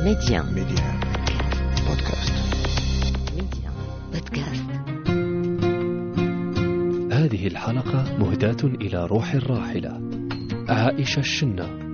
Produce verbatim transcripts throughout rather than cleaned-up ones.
ميديان ميديان بودكاست. ميديان بودكاست. هذه الحلقة مهداة إلى روح الراحلة عائشة الشنة.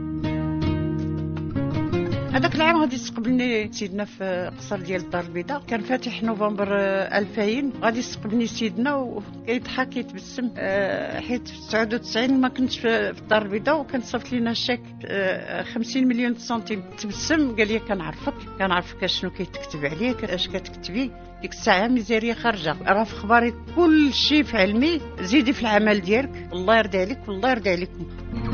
هذاك العام غادي يستقبلني سيدنا في قصر ديال الدار البيضاء، كان فاتح نوفمبر ألفين. غادي يستقبلني سيدنا وكيضحك يتبسم، حيت في تسعة وتسعين ما كنتش في الدار البيضاء وكان صيفط لينا شيك خمسين مليون سنتيم. تبسم قال لي كنعرفك كنعرفك شنو كيتكتب عليك، اش كتكتبي. ديك الساعه ميزيريه خارجه، راه في اخباري كل شيء في علمي، زيدي في العمل ديالك الله يرضي عليك والله يرضي عليكم.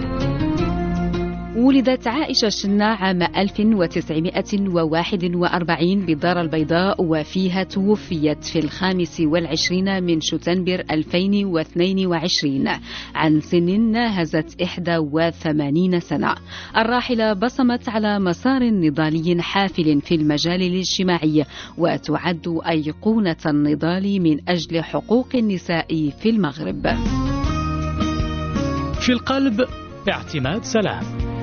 ولدت عائشة الشنة عام ألف وتسعمائة وواحد وأربعين بالدار البيضاء، وفيها توفيت في الخامس والعشرين من شتنبر ألفين واثنين وعشرين عن سن ناهزت إحدى وثمانين سنة. الراحلة بصمت على مسار نضالي حافل في المجال الاجتماعي، وتعد أيقونة النضال من أجل حقوق النساء في المغرب. في القلب اعتماد سلام.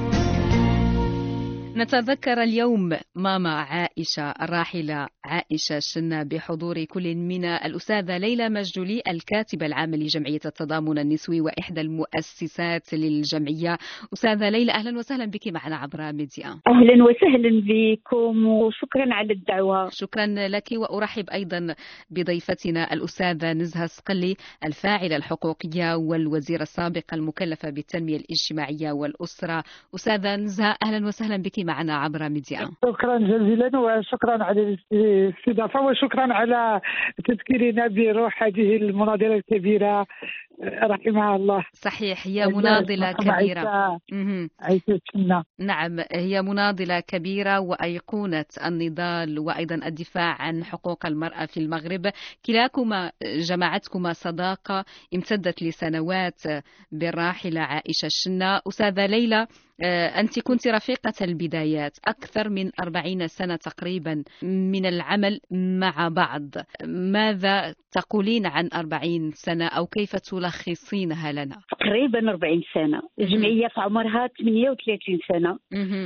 نتذكر اليوم ماما عائشة الراحلة عائشة الشنة بحضور كل من الأستاذة ليلى مجدولي الكاتبة العامة لجمعية التضامن النسوي وإحدى المؤسسات للجمعية. أستاذة ليلى أهلا وسهلا بك معنا عبر ميديان. أهلا وسهلا بكم وشكرا على الدعوة. شكرا لك، وأرحب أيضا بضيفتنا الأستاذة نزهة صقلي الفاعلة الحقوقية والوزيرة السابقة المكلفة بالتنمية الاجتماعية والأسرة. أستاذة نزهة أهلا وسهلا بك معنا عبر ميديان. شكرا جزيلا وشكرا على الاستضافة وشكرا على تذكيرنا بروح هذه المناضلة الكبيرة رحمها الله. صحيح، هي مناضلة كبيرة. عائشة الشنة. نعم، هي مناضلة كبيرة وأيقونة النضال وأيضا الدفاع عن حقوق المرأة في المغرب. كلاكما جمعتكما صداقة امتدت لسنوات بالراحلة عائشة الشنة. أستاذة ليلى، أنت كنت رفيقة البدايات، أكثر من أربعين سنة تقريبا من العمل مع بعض. ماذا تقولين عن أربعين سنة أو كيف تلخصينها لنا؟ تقريبا أربعين سنة. الجمعية في عمرها ثمانية وثلاثين سنة،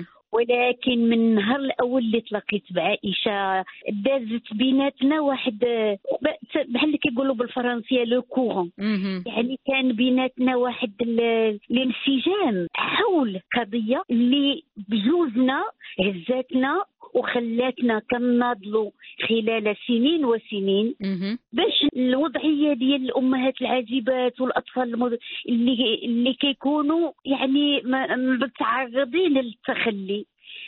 ولكن من النهار الاول اللي تلاقيت بعائشه دازت بيناتنا واحد بحال اللي كيقولوا بالفرنسيه لو كورون، يعني كان بيناتنا واحد الانسجام حول قضيه اللي بجوزنا هزاتنا وخلاتنا كناضلوا خلال سنين وسنين باش الوضعيه ديال الامهات العاجبات والاطفال المد... اللي اللي كيكونوا يعني متعرضين للتخلي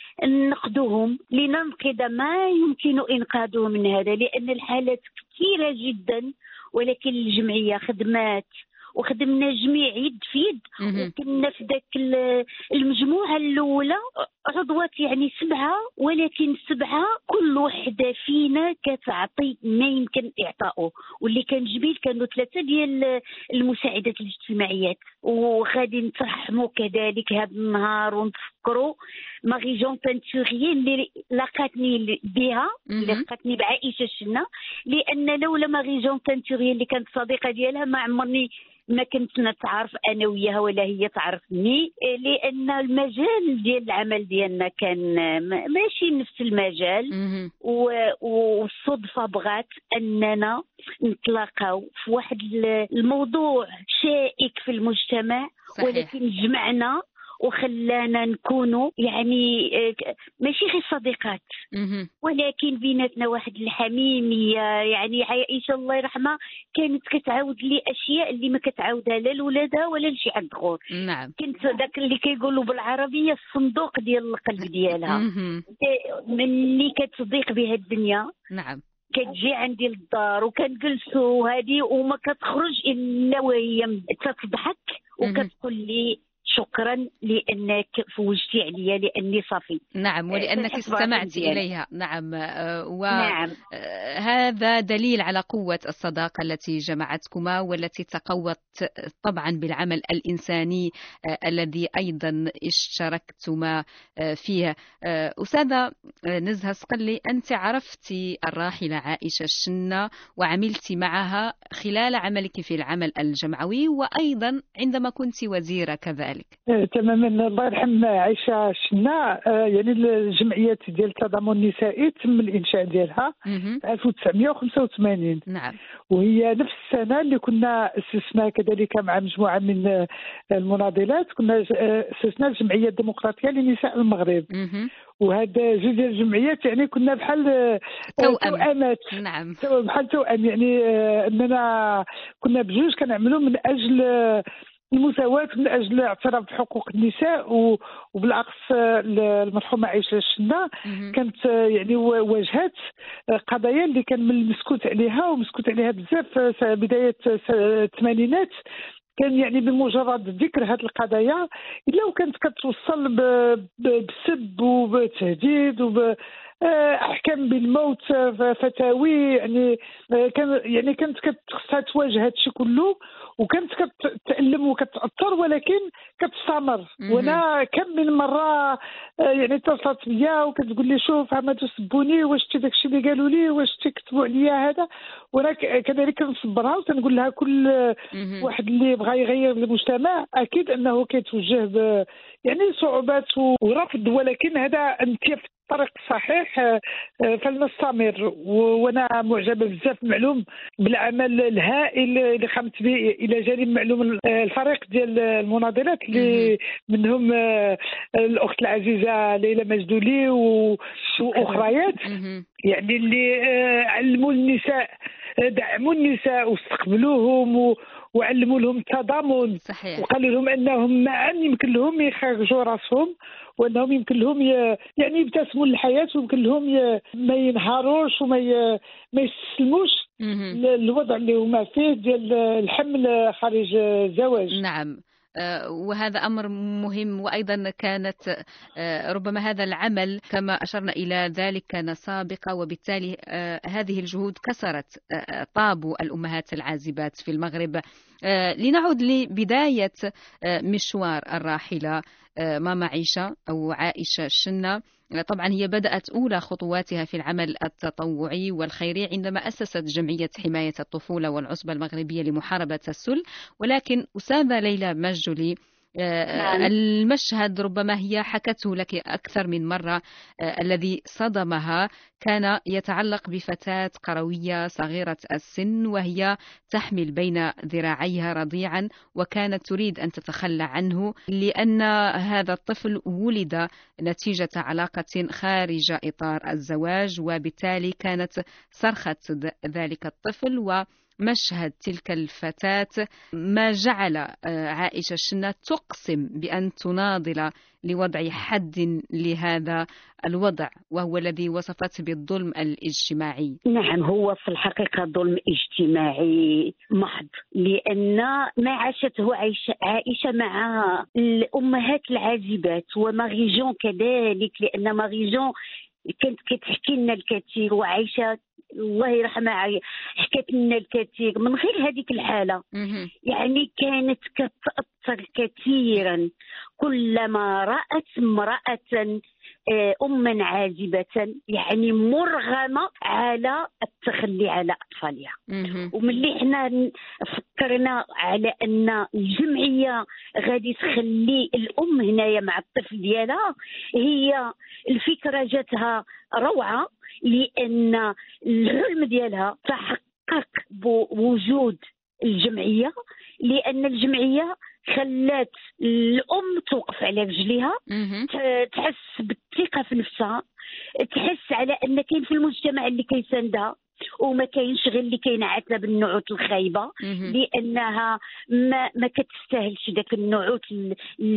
نقدوهم لننقذ ما يمكن انقاذه من هذا، لان الحالات كثيره جدا. ولكن الجمعيه خدمات وخدمنا جميع يد في يد، وكنا في ذاك المجموعة الأولى عضوات يعني سبعة، ولكن سبعة كل وحدة فينا كتعطي ما يمكن إعطائه. واللي كان جميل كانوا ثلاثة ديال المساعدات الاجتماعيات، وغادي نترحموا كذلك هذا النهار ونفكروا ماري جون بانتوريي اللي لقاتني بها، اللي لقاتني بعائشة الشنة، لأن لولا ماري جون بانتوريي اللي كانت صديقة ديالها ما عمرني ما كنت نتعرف انا وياها ولا هي تعرفني، لان المجال ديال العمل ديالنا كان ماشي نفس المجال. والصدفه بغات اننا نتلاقاو في واحد الموضوع شائك في المجتمع. صحيح. ولكن جمعنا وخلانا نكونوا يعني ماشي غير صديقات، ولكن بيناتنا واحد الحميميه. يعني عائشه الله يرحمها كانت كتعاود لي اشياء اللي ما كتعاودها لا لولادها ولا لشي حد اخر. نعم. كنت داك اللي كيقولوا بالعربيه الصندوق ديال القلب ديالها ملي كتصديق بها الدنيا. نعم. كتجي عندي للدار وكنجلسوا هذه وما كتخرج الا وهي تضحك وكتقول لي شكرا لأنك فوجتي عليا لأني صافي. نعم، ولأنك استمعتي إليها. نعم. وهذا دليل على قوة الصداقة التي جمعتكما والتي تقوت طبعا بالعمل الإنساني الذي أيضا اشتركتما فيه. أستاذة نزهة صقلي، أنت عرفتي الراحلة عائشة الشنة وعملتي معها خلال عملك في العمل الجمعوي وأيضا عندما كنت وزيرة كذلك. آه، تماما. الله يرحم عائشة الشنة. آه، يعني الجمعية ديال التضامن النسائي تم الإنشاء ديالها في ألف وتسعمائة وخمسة وثمانين. نعم. وهي نفس السنة اللي كنا أسسنا كذلك مع مجموعة من المناضلات، كنا أسسنا الجمعية الديمقراطية لنساء المغرب. وهذا جوج ديال الجمعيات يعني كنا بحال توأمات. نعم. بحال توأم، يعني أننا كنا بجوج كنعملوا من أجل المساواة، من أجل الاعتراف بحقوق النساء. وبالعكس المرحومة عائشة الشنة كانت يعني واجهت قضايا اللي كان من المسكوت عليها ومسكوت عليها بزاف في بداية الثمانينات. كان يعني بمجرد ذكر هذه القضايا إلا وكانت كتوصل بسب وبتهديد وب احكام بالموت، فتاوي، يعني كان يعني كانت خصها تواجه هادشي كله، وكانت كتألم وكتأثر ولكن كتستمر. وانا كم من مره يعني اتصلت بيا وكتقول لي شوف هما تسبوني، واش شتي داكشي اللي قالوا لي، واش تكتبوا عليا هذا. وانا كذلك كنصبرها وتنقول لها كل واحد اللي بغى يغير المجتمع اكيد انه كيتوجه ب يعني صعوبات ورفض، ولكن هذا انت في الطريق الصحيح فلنستمر. وانا معجبه بزاف معلوم بالعمل الهائل اللي قامت به الى جانب معلوم الفريق ديال المناضلات اللي منهم الاخت العزيزه ليلى مجدولي واخريات، يعني اللي علموا النساء، دعموا النساء واستقبلوهم وعلموا لهم التضامن. صحيح. وقالوا لهم انهم معا يمكن لهم يخرجوا راسهم، وانهم يمكن لهم ي... يعني يبتسموا للحياه، ويمكن لهم ي... ما ينهاروش وما ي... ما يستسلموش للوضع اللي هما فيه ديال الحمل خارج الزواج. نعم. وهذا أمر مهم. وأيضا كانت ربما هذا العمل كما أشرنا إلى ذلك كان سابقة، وبالتالي هذه الجهود كسرت طابو الأمهات العازبات في المغرب. لنعود لبداية مشوار الراحلة ماما عيشة أو عائشة الشنة. طبعا هي بدأت أولى خطواتها في العمل التطوعي والخيري عندما أسست جمعية حماية الطفولة والعصبة المغربية لمحاربة السل. ولكن أستاذة ليلى مجدولي، المشهد ربما هي حكته لك أكثر من مرة الذي صدمها كان يتعلق بفتاة قروية صغيرة السن وهي تحمل بين ذراعيها رضيعا، وكانت تريد أن تتخلى عنه لأن هذا الطفل ولد نتيجة علاقة خارج إطار الزواج، وبالتالي كانت صرخة ذلك الطفل و مشهد تلك الفتاة ما جعل عائشة الشنة تقسم بأن تناضل لوضع حد لهذا الوضع، وهو الذي وصفته بالظلم الاجتماعي. نعم، هو في الحقيقة ظلم اجتماعي محض، لأن ما عاشته عائشة مع الأمهات العازبات وماريجون كذلك، لأن ماريجون كانت كتحكي لنا الكثير، وعائشة الله يرحمها حكت لنا الكثير من غير هذيك الحالة. يعني كانت كتأثر كثيرا كلما رأت امرأة أما عازبة يعني مرغمة على التخلي على أطفالها. وملي احنا فكرنا على أن الجمعية غادي تخلي الأم هنايا مع الطفل ديالها، هي الفكرة جاتها روعة، لأن الحلم ديالها تحقق بوجود الجمعية، لأن الجمعية خلات الأم توقف على رجليها، تحس بالثقة في نفسها، تحس على أن كاين في المجتمع اللي كيساندها وما كاينش غير اللي كينعتها بالنعوت الخايبه، لانها ما ما كتستاهلش داك النعوت اللي,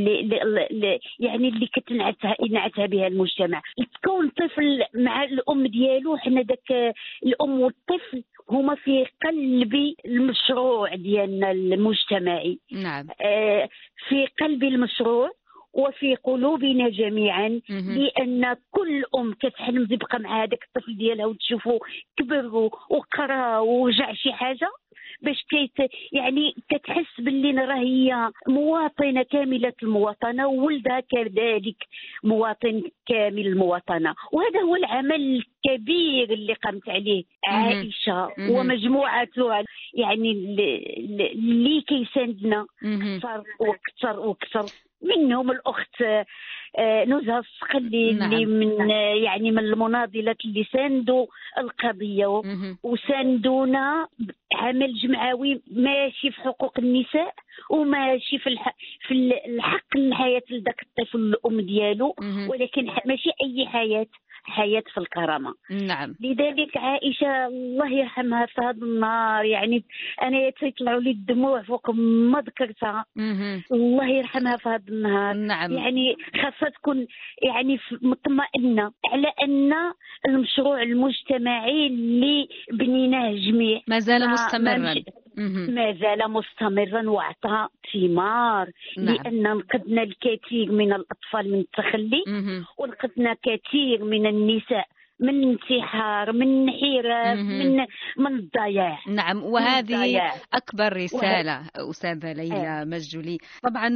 اللي يعني اللي كتنعتها ينعتها بها المجتمع. تكون طفل مع الام ديالو، حنا داك الام والطفل هما في قلب المشروع ديالنا المجتمعي. نعم. آه في قلب المشروع وفي قلوبنا جميعا، لأن كل أم كتحلم تبقى مع هذاك الطفل ديالها وتشوفه كبر وقرا وجع شي حاجة، باش كيت يعني كتحس باللي راه هي مواطنه كامله المواطنه، وولدها كذلك مواطن كامل المواطنه. وهذا هو العمل الكبير اللي قامت عليه عائشه ومجموعتها، يعني اللي كيساندنا اكثر واكثر واكثر، منهم الاخت نزهه الصقلي نعم. اللي من يعني من المناضلات اللي ساندوا القضيه وساندونا عمل جمعوي ماشي في حقوق النساء وماشي في الح... في الحق الحياه لذاك الطفل الام ديالو، ولكن ماشي اي حياه، حياه في الكرامه. نعم. لذلك عائشه الله يرحمها في هذا النهار، يعني انا تيطلعوا لي الدموع فوق ما ذكرتها. الله يرحمها في هذا النهار. نعم. يعني خاصه تكون يعني مطمئنه على ان المشروع المجتمعي اللي بنيناه جميع ما زال مستمرا، ما زال مستمرا وعطى ثمار. نعم. لأن نقدنا الكثير من الأطفال من التخلي، ونقدنا كثير من النساء من انتحار، من انحراف، من من الضياع. نعم، وهذه أكبر رسالة وه... أستاذة ليلى مجولي. طبعا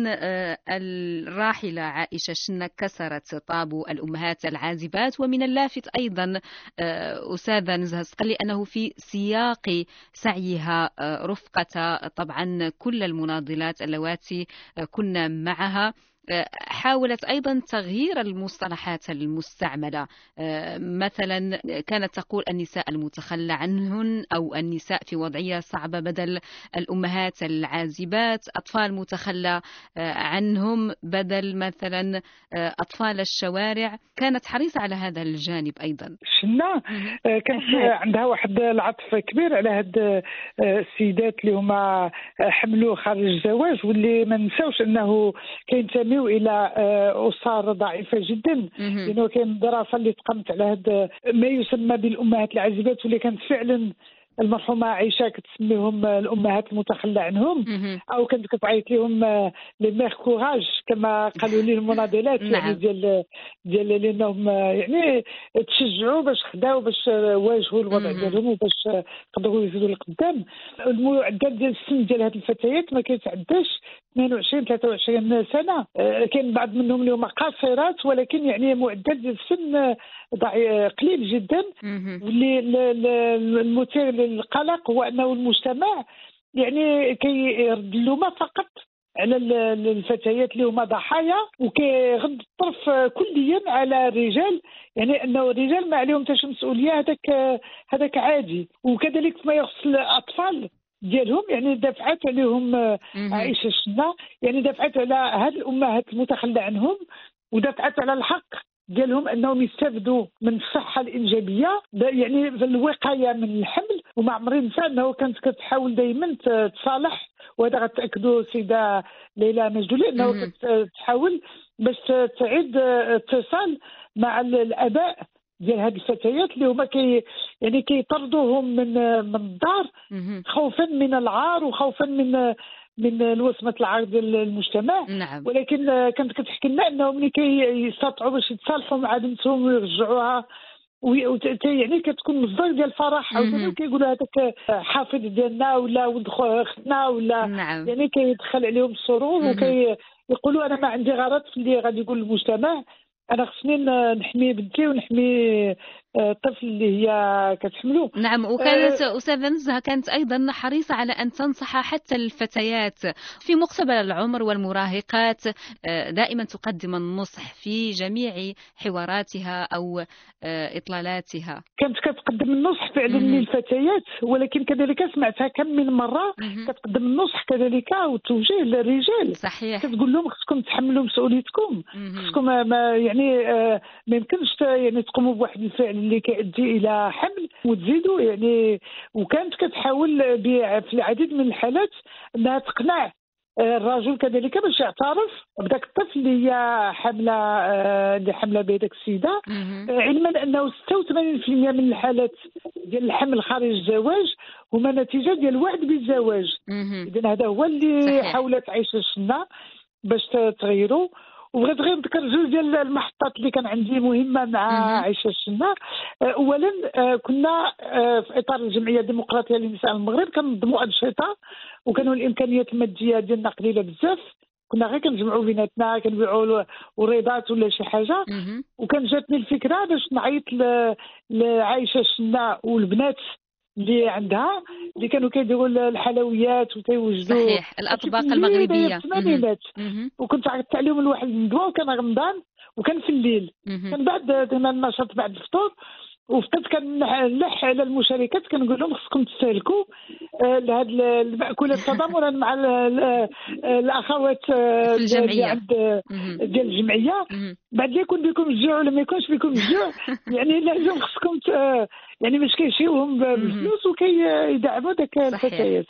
الراحلة عائشة الشنا كسرت طابو الأمهات العازبات، ومن اللافت أيضا أستاذة نزهة الصقلي أنه في سياق سعيها رفقة طبعا كل المناضلات اللواتي كنا معها حاولت أيضا تغيير المصطلحات المستعملة. مثلا كانت تقول النساء المتخلى عنهن أو النساء في وضعية صعبة بدل الأمهات العازبات، أطفال متخلى عنهم بدل مثلا أطفال الشوارع. كانت حريصة على هذا الجانب أيضا. شنا كانت عندها واحد العطف كبير على هاد السيدات اللي هما حملوا خارج الزواج، واللي ما نساوش أنه كينتميوا الى اسر ضعيفه جدا، لانه كاين دراسه اللي تقامت على هذا ما يسمى بالامهات العازبات، واللي كانت فعلا المرحومه عائشه كتسميهم الامهات المتخلى عنهم، او كانت كتعيط لهم لي مير كوراج كما قالوا لي المناضلات. يعني ديال ديال لانهم يعني تشجعوا باش خداو باش واجهوا الوضع ديالهم وباش يقدروا يزيدوا لقدام. المعدل ديال السن ديال هذه الفتيات ما كيتعداش اثنين وعشرين ثلاثة وعشرين سنه. كاين بعض منهم اللي هما قاصرات، ولكن يعني معدل ديال السن قليل جدا. واللي المثير للقلق هو انه المجتمع يعني كيرد اللومه فقط على الفتيات اللي هما ضحايا، وكيغض الطرف كليا على الرجال، يعني انه الرجال ما عليهم حتى مسؤوليه، هذاك هذاك عادي. وكذلك فيما يخص الاطفال ديالهم، يعني دافعت عليهم عائشه الشنا، يعني دافعت على هاد الامهات المتخلى عنهم، ودافعت على الحق ديالهم انهم يستافدوا من الصحه الانجابيه، يعني في الوقايه من الحمل. وما عمري ننسى انه كانت كتحاول دائما تصالح، وهذا غتاكدوا السيده ليلى مجدولي انه كتحاول باش تعيد اتصال مع الاباء ديال هذه الفتيات اللي هما كي يعني كيطردوهم من من الدار خوفا من العار وخوفا من من الوصمه العار ديال المجتمع. نعم. ولكن كانت كتحكي لنا انهم ملي كيستطيعوا باش يتصالحوا مع بنتهم ويرجعوها، يعني كتكون مصدر ديال الفرح، عاوتاني كيقولوا هذاك حافظ ديالنا ولا ولد اختنا ولا. نعم. يعني كيدخل عليهم السرور، وكيقولوا انا ما عندي غرض في اللي غادي يقول المجتمع، انا خصني نحمي بنتي ونحمي الطفل اللي هي كتحمله. نعم. وكانت أه أستاذة نزهة كانت أيضا حريصة على أن تنصح حتى الفتيات في مقتبل العمر والمراهقات، دائما تقدم النصح في جميع حواراتها أو إطلالاتها. كانت كتقدم النصح فعلا للفتيات، ولكن كذلك سمعتها كم من مرة كتقدم النصح كذلك وتوجيه للرجال. صحيح. كتقول لهم خصكم تحملوا مسؤوليتكم، خصكم ما يعني ما يمكنش يعني تقوموا بواحد الفعل اللي كيؤدي الى حمل وتزيدوا يعني. وكانت كتحاول في العديد من الحالات انها تقنع الرجل كذلك باش يعترف بداك الطفل اللي هي حامله اللي حامله بهذاك السيده، علما انه ستة وثمانين بالمئة من الحالات ديال الحمل خارج الزواج هما نتيجه ديال الوعد بالزواج. اذا هذا هو اللي صحيح. حاولت عائشه الشنا باش تغيروا. وبغيت غير نذكر جوج ديال المحطات اللي كان عندي مهمه مع عائشه الشنا. اولا كنا في اطار الجمعيه الديمقراطيه لنساء المغرب كنظموا انشطه، وكانوا الامكانيات الماديه ديالنا قليله بزاف، كنا غير كنجمعوا بيناتنا كنبيعوا وريضات ولا شي حاجه. وكان جاتني الفكره باش نعيط لعائشه الشنا والبنات اللي عندها اللي كانوا كيديروا الحلويات وكيوجدوا صحيح الاطباق المغربيه في الثمانينات، وكنت عرضت عليهم لواحد الندوه، وكان رمضان وكان في الليل، كان بعد النشاط بعد الفطور، وفقط كنلح على المشاركات كنقول لهم خصكم تسالكوا لهاد المأكولات تضامنا مع الاخوات في الجمعيه عند ديال الجمعيه. بعد لا يكون بكم الجوع ولا ما يكونش بكم الجوع يعني لازم خصكم يعني باش كيشيوهم بالفلوس وكيدعموا داك الفتيات.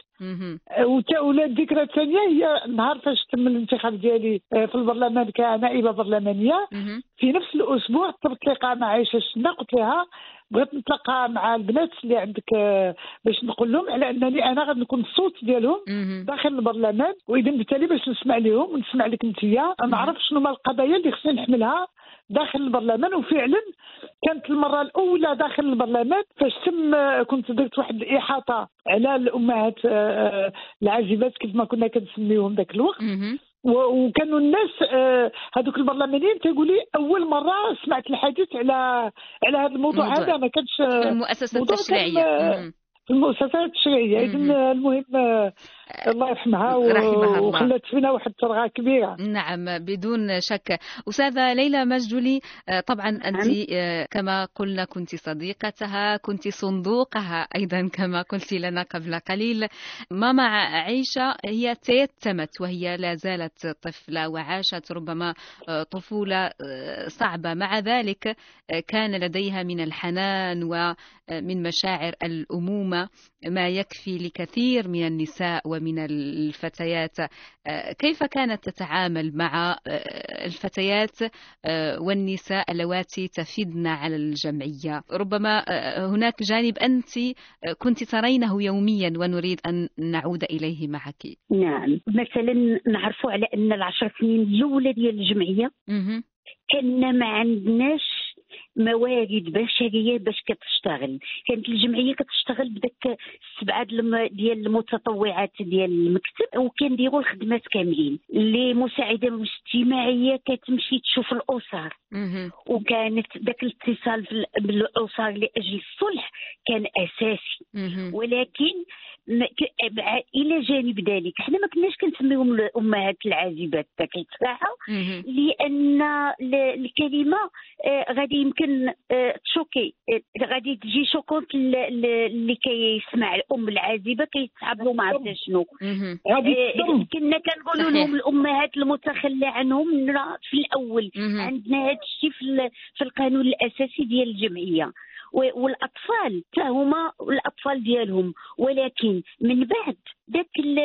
ولا الذكرى الثانيه هي نهار فاش تم الانتخاب ديالي في البرلمان كنائبه برلمانيه، في نفس الاسبوع طلبت لقاء مع عائشه الشنا، قلت لها بغيت نتلاقى مع البنات اللي عندك باش نقول لهم على انني انا غادي نكون الصوت ديالهم داخل البرلمان، واذا بالتالي باش نسمع لهم ونسمع لك انتيا، نعرف شنو هما القضايا اللي خصني نحملها داخل البرلمان. وفعلا كانت المره الاولى داخل البرلمان فاش تم كنت درت واحد الاحاطه على الامهات العازبات كيف ما كنا كنسميوهم ذاك الوقت، وكانوا الناس هذوك البرلمانيين تيقول لي اول مره سمعت الحديث على على هذا الموضوع هذا، ما كانش في المؤسسات التشريعيه في المؤسسات التشريعيه. إذن المهم الله يرحمها وخلت فينا واحد الطرغه كبيره. نعم بدون شك. أستاذة ليلى مجدولي، طبعا أنت كما قلنا كنت صديقتها، كنت صندوقها أيضا كما قلت لنا قبل قليل. ماما عائشة هي تيتمت وهي لا زالت طفلة وعاشت ربما طفولة صعبة، مع ذلك كان لديها من الحنان ومن مشاعر الأمومة ما يكفي لكثير من النساء ومن الفتيات. كيف كانت تتعامل مع الفتيات والنساء اللواتي تفدن على الجمعية؟ ربما هناك جانب أنت كنت ترينه يوميا ونريد أن نعود إليه معك. نعم، مثلا نعرفوا على أن العشر سنين الأولى ديال الجمعية كنا ما عندناش موارد بشريه باش كتشتغل، كانت الجمعيه كتشتغل بداك السبعه ديال المتطوعات ديال المكتب، وكنديروا الخدمات كاملين. اللي مساعده اجتماعيه كتمشي تشوف الاسر، وكانت داك الاتصال بالاسر لاجل الصلح كان اساسي. ولكن الى جانب ذلك حنا ما كناش كنسميهم الامهات العازبات ذاك الساعه، لان الكلمه غادي يمكن تشوكي، غادي تجي شوكونت اللي كيسمع الام العازبه كيتصعب له ما عرفت شنو. كنا كنقولوا لهم الامهات المتخلى عنهم في الاول. عندنا هذا الشيء في القانون الاساسي ديال الجمعيه، والاطفال حتى هما الاطفال ديالهم. ولكن من بعد ذاك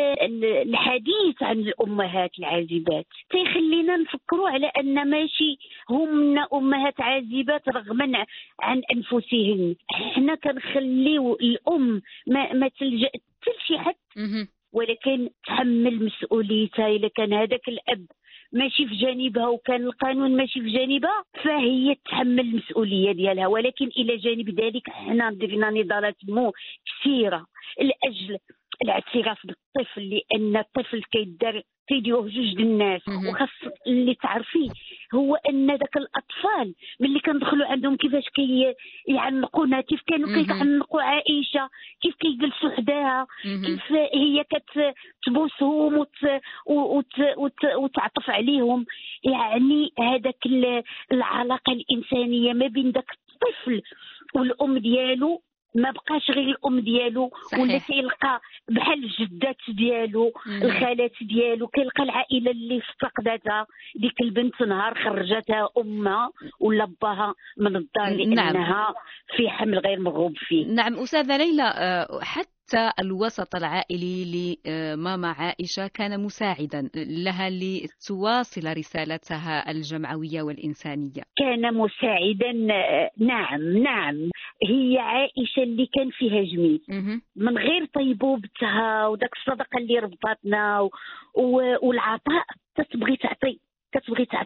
الحديث عن الامهات العازبات تيخلينا نفكروا على ان ماشي هم امهات عازبات رغما عن انفسهن، حنا كنخليو الام ما, ما تلجا حتى لشي حد، ولكن تحمل مسؤوليتها. الا كان هذاك الاب ماشي في جانبها وكان القانون ماشي في جانبها فهي تحمل المسؤوليه ديالها. ولكن الى جانب ذلك حنا درنا نضالات مو كثيره لاجل الاعتراف بالطفل، لان الطفل كيدار كيديروه جوج الناس. وخاص اللي تعرفيه هو ان ذاك الاطفال ملي كندخلوا عندهم كيفاش كيعنقونا، كيف كانوا كيعنقوا عائشه، كيف كيجلسوا حداها، كيف هي كتبوسهم وت... وت... وت... وتعطف عليهم. يعني هذاك العلاقه الانسانيه ما بين ذاك الطفل والام ديالو ما بقاش غير الام ديالو، ولا كيلقى بحال الجدات ديالو الخالات ديالو، كيلقى العائله اللي افتقدتها ديك البنت نهار خرجتها امها ولا باها من الدار لانها في حمل غير مرغوب فيه. نعم استاذه ليلى، حتى الوسط العائلي لماما عائشة كان مساعدا لها لتواصل رسالتها الجمعوية والإنسانية. كان مساعدا، نعم نعم. هي عائشة اللي كان فيها جميل من غير طيبوبتها وداك الصدقة اللي ربطتنا والعطاء، كتبغي تعطي كتبغي تعطي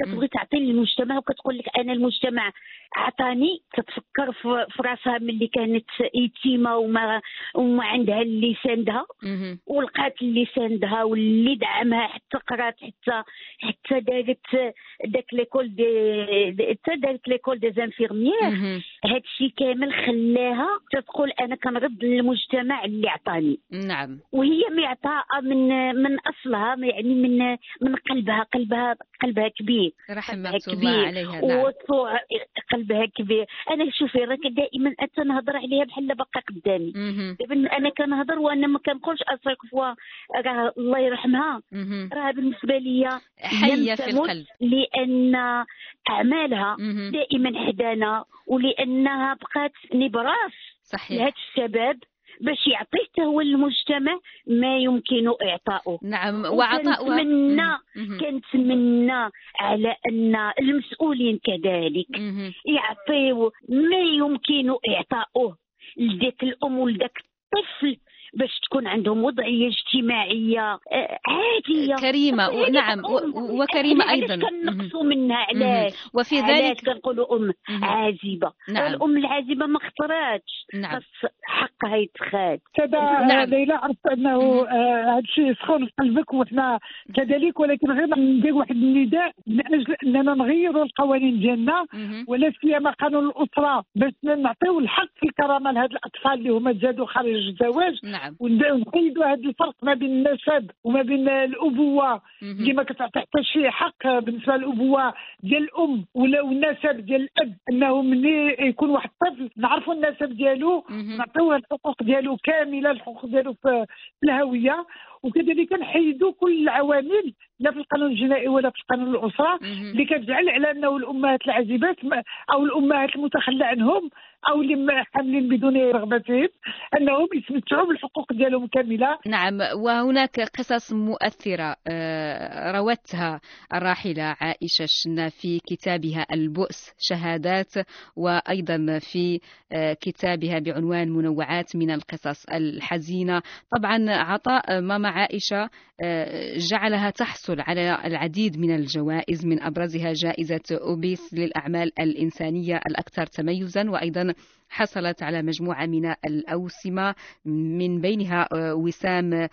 كتبغي تعطي للمجتمع وكتقول لك انا المجتمع عطاني، كتفكر في راسها ملي كانت يتيمه وما وما عندها اللي ساندها، ولقات اللي ساندها واللي دعمها حتى قرات حتى حتى دارت داك ليكول دي حتى دارت ليكول دي زانفيرميير. هادشي كامل خلاها تقول انا كنرد للمجتمع اللي عطاني. نعم. وهي معطاءه من من اصلها، يعني من من قلبها قلبها قلبها كبير، رحمة الله عليها. نعم. قلبها كبير. انا شوفي راك دائما تنهضر عليها بحال باقا قدامي. انا كنهضر وانا ما كنقولش اساك فوا راه الله يرحمها، راه بالنسبه لي حيه في القلب، لان اعمالها دائما حدانا، ولانها بقات نبراس لهذا الشباب باش يعطيه حتى هو المجتمع ما يمكن اعطائه. نعم. وعطاء كنتمنى كنتمنى على ان المسؤولين كذلك يعطيو ما يمكن اعطائه لذاك الام ولذاك الطفل باش تكون عندهم وضعيه اجتماعيه عاديه كريمه. نعم. وكريمه ايضا. علاش كنقصوا منها؟ علاش؟ وفي ذلك كنقولوا ام عازبه. نعم. الام العازبه ما اختاراتش. نعم. حقها يتخاد. نعم. ليلى عرفت انه هذا الشيء سخون في قلبك وحنا كذلك، ولكن غير ندير واحد النداء من اجل اننا نغيروا القوانين ديالنا، ولا سيما قانون الاسره، باش نعطيو الحق في الكرامه لهاد الاطفال اللي هما تزادوا خارج الزواج. نعم. ونحيدوا هذا الفرق ما بين النسب وما بين الابوه اللي ما كتعطي حتى شي حق بالنسبه للابوه ديال الام ولا النسب ديال الاب، انه ملي يكون واحد الطفل نعرفوا النسب ديالو، نعطيوه الحقوق ديالو كامله، الحقوق ديالو في الهويه. وكذلك نحيدوا كل العوامل لا في القانون الجنائي ولا في قانون الاسره اللي كتجعل على انه الامهات العازبات او الامهات المتخلى عنهم او اللي حاملين بدون رغبتهم انهم يتمتعوا بالحقوق ديالهم كامله. نعم. وهناك قصص مؤثره روتها الراحله عائشه الشنا في كتابها البؤس شهادات، وايضا في كتابها بعنوان منوعات من القصص الحزينه. طبعا عطاء ماما عائشه جعلها تحصل على العديد من الجوائز، من ابرزها جائزه اوبيس للاعمال الانسانيه الاكثر تميزا، وايضا حصلت على مجموعة من الأوسمة من بينها وسام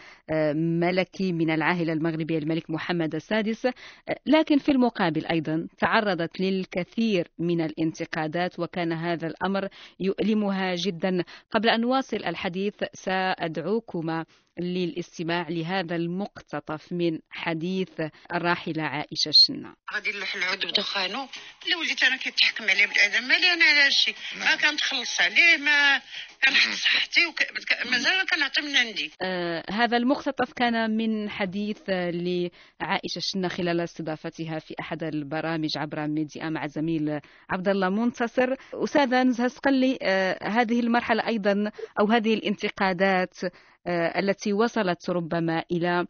ملكي من العائلة المغربية الملك محمد السادس. لكن في المقابل أيضا تعرضت للكثير من الانتقادات، وكان هذا الأمر يؤلمها جدا. قبل أن نواصل الحديث سأدعوكما للاستماع لهذا المقتطف من حديث الراحلة عائشة الشنا. غادي نلوح العود بدخانو اللي وليت انا كيتحكم عليه بالادم، مالي انا على هادشي ما كنتخلص عليه، ما كنحط صحتي ومازال كنعطي من عندي. آه هذا المقتطف كان من حديث لعائشة الشنا خلال استضافتها في احد البرامج عبر ميديا مع زميل عبد الله منتصر. استاذه نزهه صقلي، آه هذه المرحله ايضا او هذه الانتقادات التي وصلت ربما إلى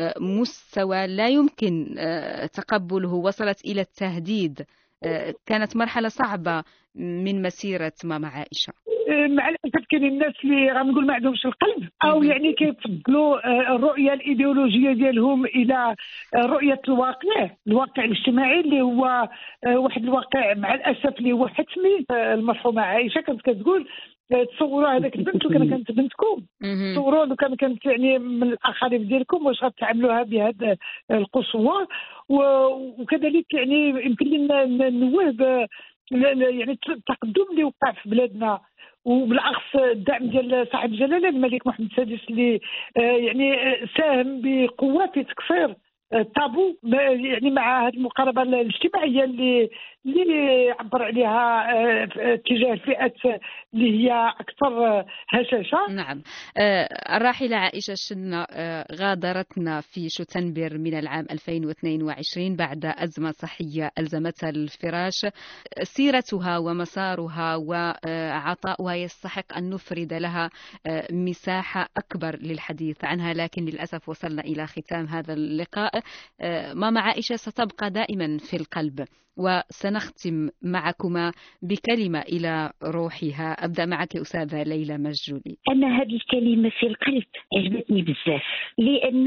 مستوى لا يمكن تقبله، وصلت إلى التهديد، كانت مرحلة صعبة من مسيرة ماما عائشة. مع الاسف كاين الناس اللي غنقول ما عندهمش القلب، او يعني كيفضلوا الرؤيه الايديولوجيه ديالهم الى رؤيه الواقع الواقع الاجتماعي اللي هو واحد الواقع مع الاسف اللي هو حتمي. المرحومه عائشه كانت كتقول تصوروا هذاك البنت وكان كانت بنتكم، تصوروا لو كان كانت يعني من الاخارف ديالكم واش غتعاملوها بهذا القسوه. وكذلك يعني يمكن لنا نوه يعني التقدم اللي وقع في بلادنا، وبالعكس الدعم ديال صاحب الجلاله الملك محمد السادس اللي يعني ساهم بقوه في تكسير الطابو يعني مع هذه المقاربه الاجتماعيه اللي اللي عبر عليها تجاه الفئات اللي هي اكثر هشاشه. نعم. الراحله عائشه الشنا غادرتنا في شتنبر من العام ألفين واثنين وعشرين بعد ازمه صحيه الزمتها الفراش. سيرتها ومسارها وعطاؤها يستحق ان نفرد لها مساحه اكبر للحديث عنها، لكن للاسف وصلنا الى ختام هذا اللقاء. ماما عائشه ستبقى دائما في القلب، وسنختم معكما بكلمة إلى روحها. أبدأ معك أستاذة ليلى مجدولي. أنا هذه الكلمة في القلب عجبتني بزاف، لأن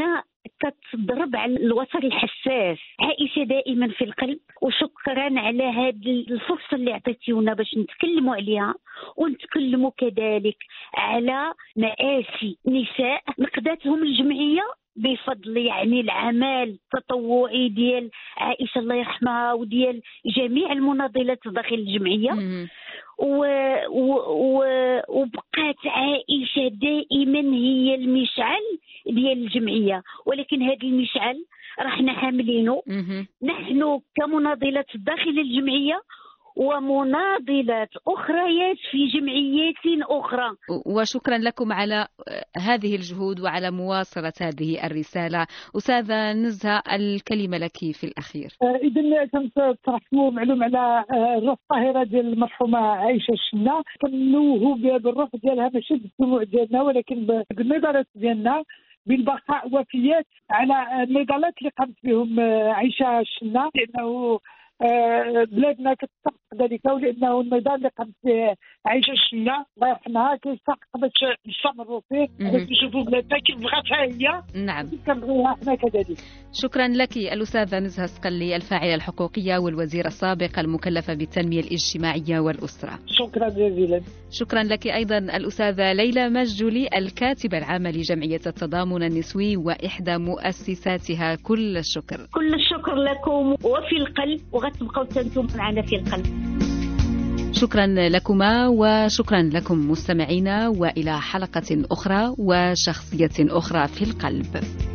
كتضرب على الوتر الحساس. عائشة دائما في القلب، وشكرا على هذه الفرصة اللي عطيتيونا باش نتكلموا عليها، ونتكلموا كذلك على مآسي نساء نقداتهم الجمعية بفضل يعني العمل التطوعي ديال عائشة الله يرحمها وديال جميع المناضلات داخل الجمعية. و... و... و... وبقات عائشة دائما هي المشعل ديال الجمعية، ولكن هذا المشعل رحنا حاملينه نحن كمناضلات داخل الجمعية ومناضلات أخريات في جمعيات أخرى. وشكرا لكم على هذه الجهود وعلى مواصلة هذه الرسالة. أستاذة نزهة، الكلمة لك في الأخير. إذن كنت ترحموا معلوم على الروح الطاهرة ديال المرحومة عائشة الشنا، كنوهوا بالروح ديالها ماشي بالدموع ديالنا ولكن بالنضالات ديالنا، بالبقاء وفيات على النضالات اللي قامت بهم عائشة الشنا، لأنه بلادنا كتستحق ذلك، ولانه النضال اللي قامت به عائشة الشنا الله يرحمها كيستحق باش نستمروا فيه، باش نشوفوا بلادنا كيف بغاتها هي. نعم، كنبغيها حنا كذلك. شكرا لك الأستاذة نزهة سقلي، الفاعلة الحقوقية والوزيرة السابقة المكلفة بالتنمية الاجتماعية والأسرة. شكرا جزيلا. شكرا لك أيضا الأستاذة ليلى مجدولي، الكاتبة العامة لجمعية التضامن النسوي وإحدى مؤسساتها. كل الشكر. كل الشكر لكم وفي القلب، وغتبقوا تنتم معنا في القلب. شكرا لكما وشكرا لكم مستمعينا، وإلى حلقة أخرى وشخصية أخرى في القلب.